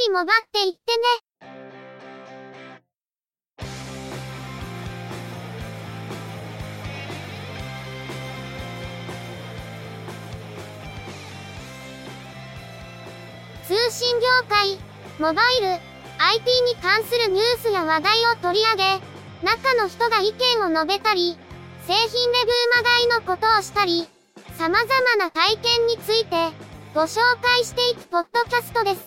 りもばっていってね。通信業界、モバイル、IT に関するニュースや話題を取り上げ、中の人が意見を述べたり、製品レビューまがいのことをしたり、様々な体験についてご紹介していくポッドキャストです。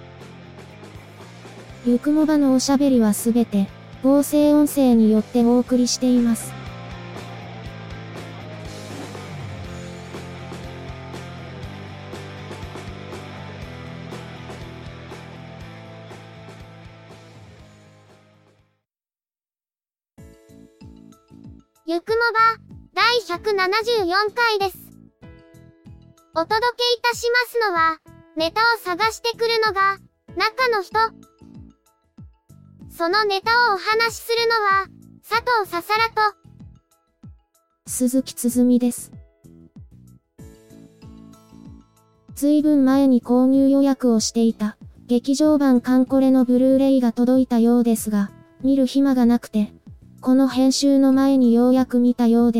ゆくもばのおしゃべりはすべて合成音声によってお送りしています。 ゆくもば第174回です。お届けいたしますのは、ネタを探してくるのが中の人。そのネタをお話しするのは佐藤ささらと鈴木つづみです。ずいぶん前に購入予約をしていた劇場版カンコレのブルーレイが届いたようですが、見る暇がなくて、この編集の前にようやく見たようです。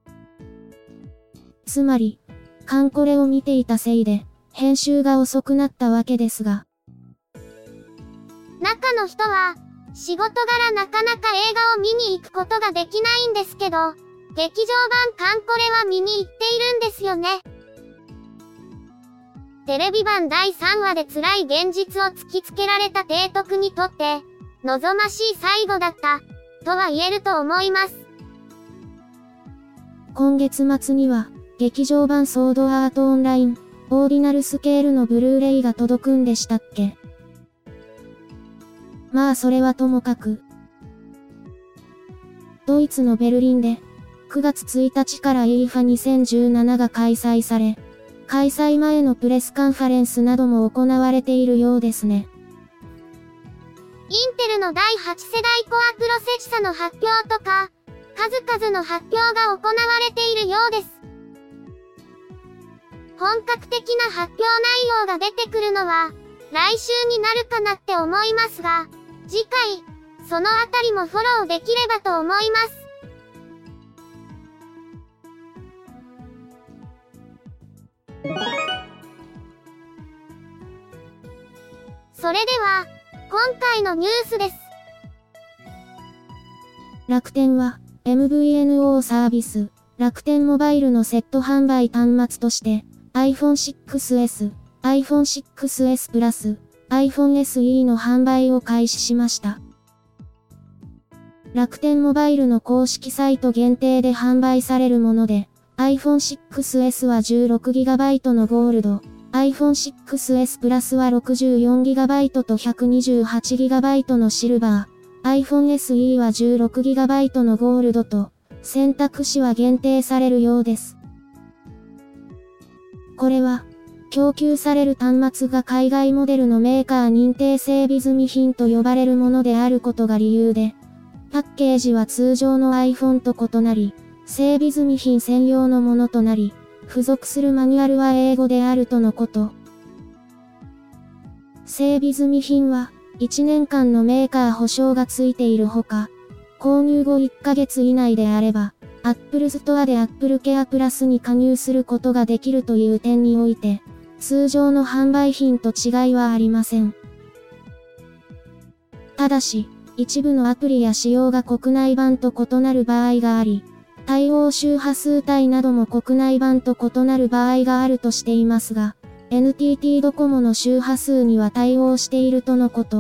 つまり、カンコレを見ていたせいで、編集が遅くなったわけですが。 中の人は、仕事柄なかなか映画を見に行くことができないんですけど、劇場版カンコレは見に行っているんですよね。テレビ版第3話で辛い現実を突きつけられた提督にとって、望ましい最後だった、とは言えると思います。 今月末には、劇場版ソードアートオンライン、オーディナルスケールのブルーレイが届くんでしたっけ？まあそれはともかく。ドイツのベルリンで、9月1日から IFA2017 が開催され、開催前のプレスカンファレンスなども行われているようですね。 インテルの第8世代コアプロセッサの発表とか、数々の発表が行われているようです。本格的な発表内容が出てくるのは、来週になるかなって思いますが、次回、そのあたりもフォローできればと思います。それでは、今回のニュースです。 楽天は、MVNO サービス、楽天モバイルのセット販売端末として、iPhone 6S、iPhone 6S Plus、iPhone SE の販売を開始しました。楽天モバイルの公式サイト限定で販売されるもので、iPhone 6S は 16GB のゴールド、iPhone 6S Plus は 64GB と 128GB のシルバー、iPhone SE は 16GB のゴールドと、選択肢は限定されるようです。これは、供給される端末が海外モデルのメーカー認定整備済み品と呼ばれるものであることが理由で、パッケージは通常の iPhone と異なり、整備済み品専用のものとなり、付属するマニュアルは英語であるとのこと。整備済み品は、1年間のメーカー保証がついているほか、購入後1ヶ月以内であれば、Apple Store で Apple Care Plus に加入することができるという点において、通常の販売品と違いはありません。ただし、一部のアプリや仕様が国内版と異なる場合があり、対応周波数帯なども国内版と異なる場合があるとしていますが、NTT ドコモの周波数には対応しているとのこと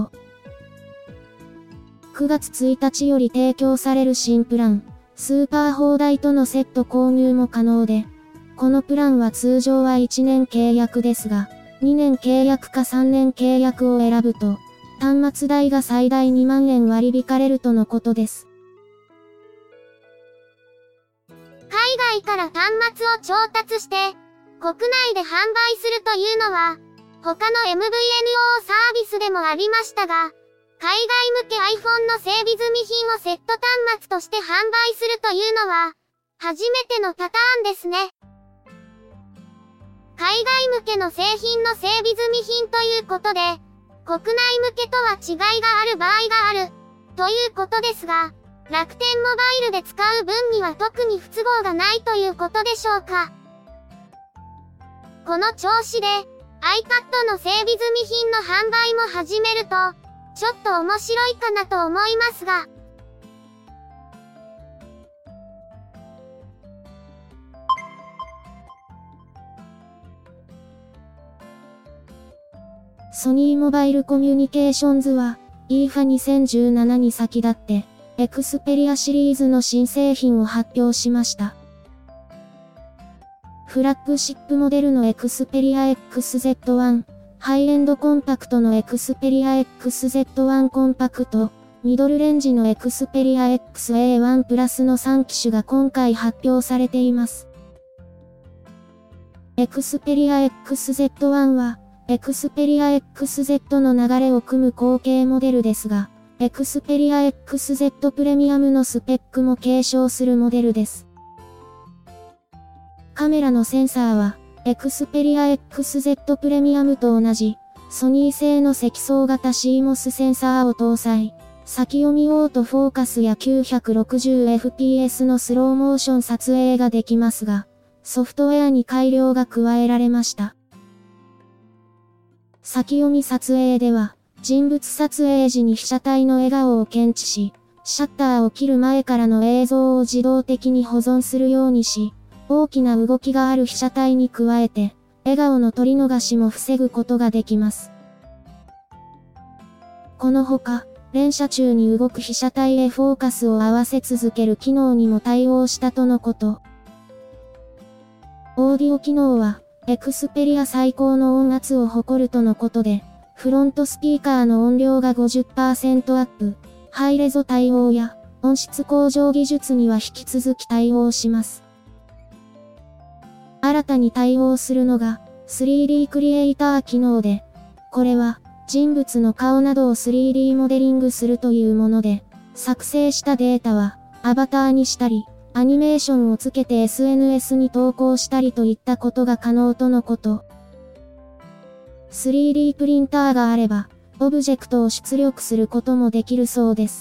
。9月1日より提供される新プラン、スーパー放題とのセット購入も可能で、このプランは通常は1年契約ですが、2年契約か3年契約を選ぶと、端末代が最大2万円割り引かれるとのことです。 海外から端末を調達して、国内で販売するというのは、他の MVNO サービスでもありましたが、海外向け iPhone の整備済み品をセット端末として販売するというのは、初めてのパターンですね。海外向けの製品の整備済み品ということで、 国内向けとは違いがある場合がある、ということですが、楽天モバイルで使う分には特に不都合がないということでしょうか。この調子で、iPad の整備済み品の販売も始めると、ちょっと面白いかなと思いますが。 ソニーモバイルコミュニケーションズは、IFA2017 に先立って、Xperia シリーズの新製品を発表しました。フラッグシップモデルの Xperia XZ1、ハイエンドコンパクトの Xperia XZ1 コンパクト、ミドルレンジの Xperia XA1 プラスの3機種が今回発表されています。Xperia XZ1 は、Xperia XZ の流れを組む後継モデルですが、Xperia XZ プレミアムのスペックも継承するモデルです。カメラのセンサーは、Xperia XZ プレミアムと同じ、ソニー製の積層型 CMOS センサーを搭載。先読みオートフォーカスや 960fps のスローモーション撮影ができますが、ソフトウェアに改良が加えられました。先読み撮影では、人物撮影時に被写体の笑顔を検知し、シャッターを切る前からの映像を自動的に保存するようにし、大きな動きがある被写体に加えて、笑顔の撮り逃しも防ぐことができます。このほか、連写中に動く被写体へフォーカスを合わせ続ける機能にも対応したとのこと。オーディオ機能は、Xperia最高の音圧を誇るとのことで、フロントスピーカーの音量が 50% アップ、ハイレゾ対応や音質向上技術には引き続き対応します。新たに対応するのが 3D クリエイター機能で、これは人物の顔などを 3D モデリングするというもので、作成したデータはアバターにしたり、アニメーションをつけて SNS に投稿したりといったことが可能とのこと。3D プリンターがあれば、オブジェクトを出力することもできるそうです。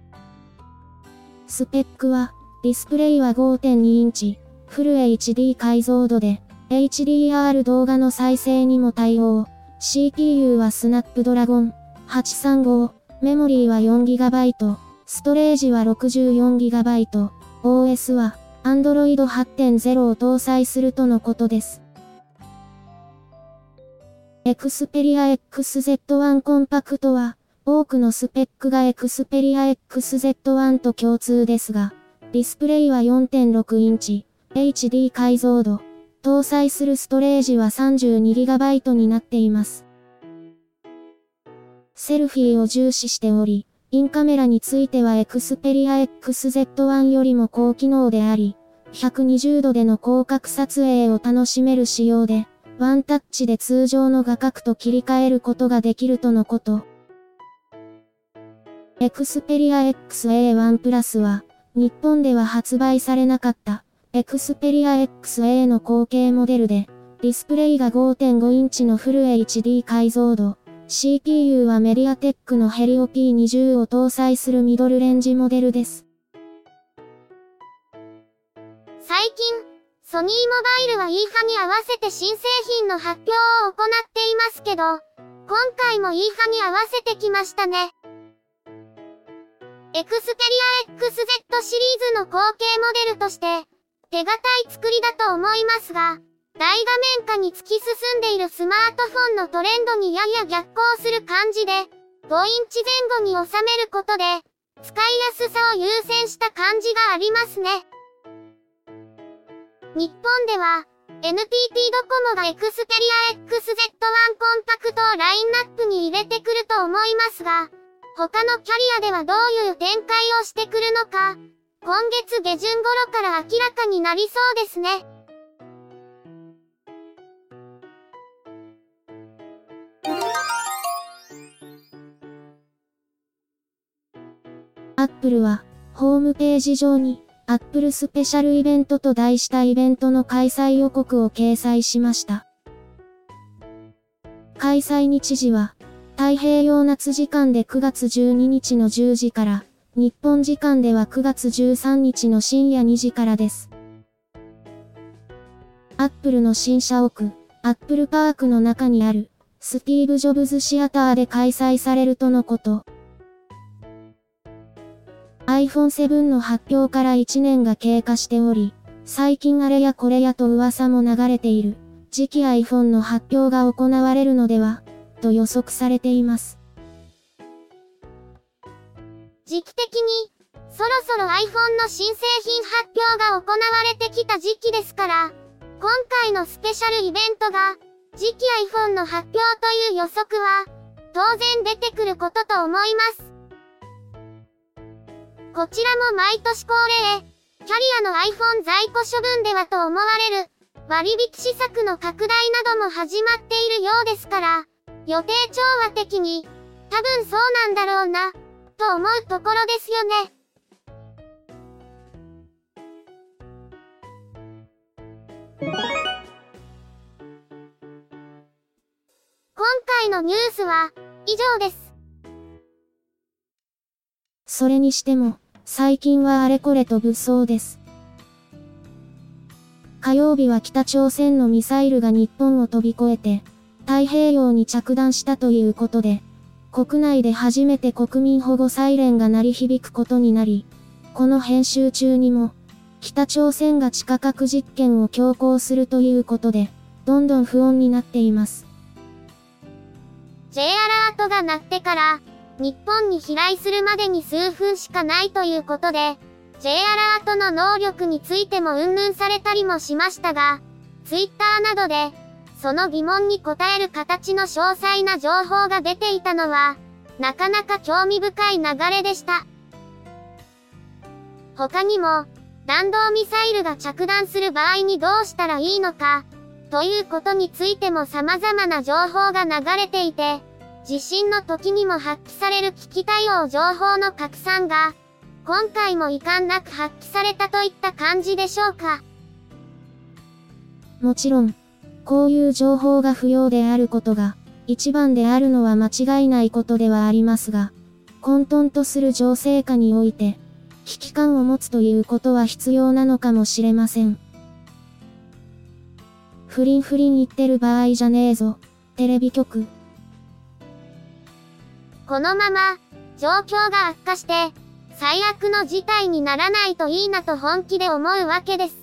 スペックは、ディスプレイは 5.2 インチ、フル HD 解像度で、HDR 動画の再生にも対応。CPU はスナップドラゴン835、メモリーは 4GB、ストレージは 64GB、OS は Android 8.0 を搭載するとのことです。Xperia XZ1 コンパクトは、多くのスペックが Xperia XZ1 と共通ですが、ディスプレイは 4.6 インチ、HD 解像度、搭載するストレージは 32GB になっています。セルフィーを重視しており、インカメラについては Xperia XZ1 よりも高機能であり、120度での広角撮影を楽しめる仕様で、ワンタッチで通常の画角と切り替えることができるとのこと。Xperia XA1 プラスは、日本では発売されなかった、Xperia XA の後継モデルで、ディスプレイが 5.5 インチのフル HD 解像度、CPU はメディアテックのヘリオ P20 を搭載するミドルレンジモデルです。 最近、ソニーモバイルは IFA に合わせて新製品の発表を行っていますけど、今回も IFA に合わせてきましたね。Xperia XZ シリーズの後継モデルとして、手堅い作りだと思いますが、大画面化に突き進んでいるスマートフォンのトレンドにやや逆行する感じで、5インチ前後に収めることで、使いやすさを優先した感じがありますね。日本では、NTT ドコモが Xperia XZ1 コンパクトをラインナップに入れてくると思いますが、他のキャリアではどういう展開をしてくるのか、今月下旬頃から明らかになりそうですね。 Apple は、ホームページ上に、Apple スペシャルイベントと題したイベントの開催予告を掲載しました。開催日時は、 太平洋夏時間で9月12日の10時から、日本時間では9月13日の深夜2時からです。アップルの新社屋、アップルパークの中にある、スティーブ・ジョブズシアターで開催されるとのこと。iPhone 7の発表から1年が経過しており、最近あれやこれやと噂も流れている、次期 iPhone の発表が行われるのでは、と予測されています。 時期的に、そろそろ iPhone の新製品発表が行われてきた時期ですから、今回のスペシャルイベントが、次期 iPhone の発表という予測は、当然出てくることと思います。こちらも毎年恒例、キャリアの iPhone 在庫処分ではと思われる、割引施策の拡大なども始まっているようですから、予定調和的に、多分そうなんだろうな、と思うところですよね。今回のニュースは以上です。 それにしても、最近はあれこれと物騒です。火曜日は北朝鮮のミサイルが日本を飛び越えて、太平洋に着弾したということで、国内で初めて国民保護サイレンが鳴り響くことになり、この編集中にも、北朝鮮が地下核実験を強行するということで、どんどん不穏になっています。 J アラートが鳴ってから、日本に飛来するまでに数分しかないということで、J アラートの能力についても云々されたりもしましたが、Twitter などで、その疑問に答える形の詳細な情報が出ていたのは、なかなか興味深い流れでした。他にも、弾道ミサイルが着弾する場合にどうしたらいいのか、ということについても様々な情報が流れていて、地震の時にも発揮される危機対応情報の拡散が、今回も遺憾なく発揮されたといった感じでしょうか。 もちろん、こういう情報が不要であることが、一番であるのは間違いないことではありますが、混沌とする情勢下において、危機感を持つということは必要なのかもしれません。不倫言ってる場合じゃねえぞ、テレビ局。 このまま、状況が悪化して、最悪の事態にならないといいなと本気で思うわけです。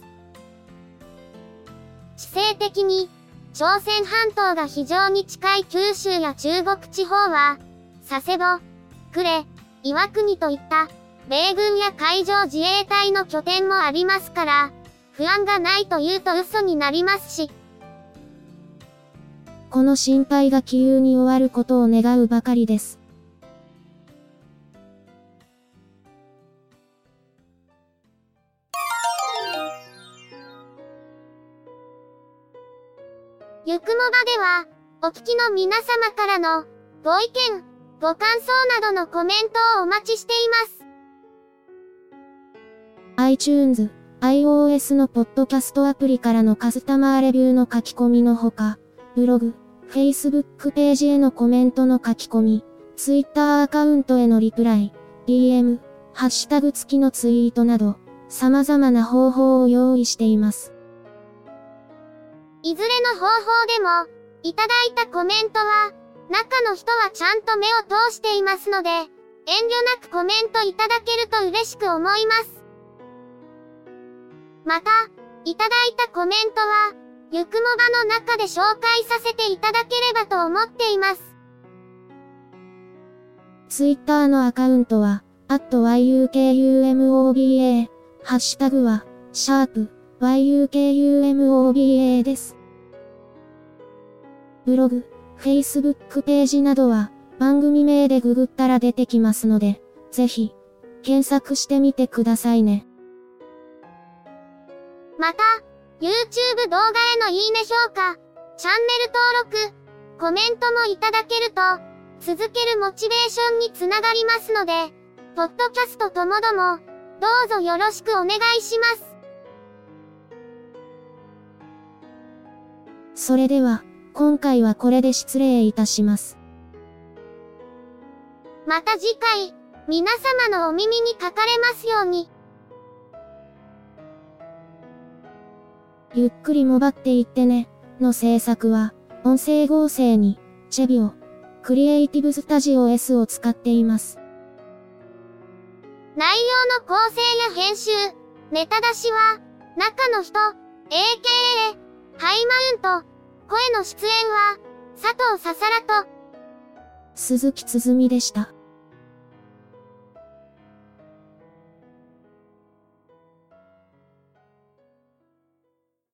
地政的に、朝鮮半島が非常に近い九州や中国地方は、佐世保、呉、岩国といった、米軍や海上自衛隊の拠点もありますから、不安がないと言うと嘘になりますし。 この心配が杞憂に終わることを願うばかりです。 ゆくもばでは、お聞きの皆様からの、ご意見、ご感想などのコメントをお待ちしています。 iTunes、iOS のポッドキャストアプリからのカスタマーレビューの書き込みのほか、ブログ、Facebook ページへのコメントの書き込み、Twitter アカウントへのリプライ、DM、ハッシュタグ付きのツイートなど、様々な方法を用意しています。 いずれの方法でも、いただいたコメントは、中の人はちゃんと目を通していますので、遠慮なくコメントいただけると嬉しく思います。また、いただいたコメントは、ゆくもばの中で紹介させていただければと思っています。 Twitter のアカウントは、@yukumoba、ハッシュタグは、#yukumoba です。ブログ、Facebook ページなどは、番組名でググったら出てきますので、ぜひ、検索してみてくださいね。 また、YouTube 動画へのいいね評価、チャンネル登録、コメントもいただけると、続けるモチベーションにつながりますので、ポッドキャストともども、どうぞよろしくお願いします。 それでは、今回はこれで失礼いたします。 また次回、皆様のお耳にかかれますように。 ゆっくりもばっていってね、の制作は、音声合成に、チェビオ、クリエイティブスタジオ S を使っています。 内容の構成や編集、ネタ出しは、中の人、AKA、ハイマウント、声の出演は、佐藤ささらと、 鈴木つづみでした。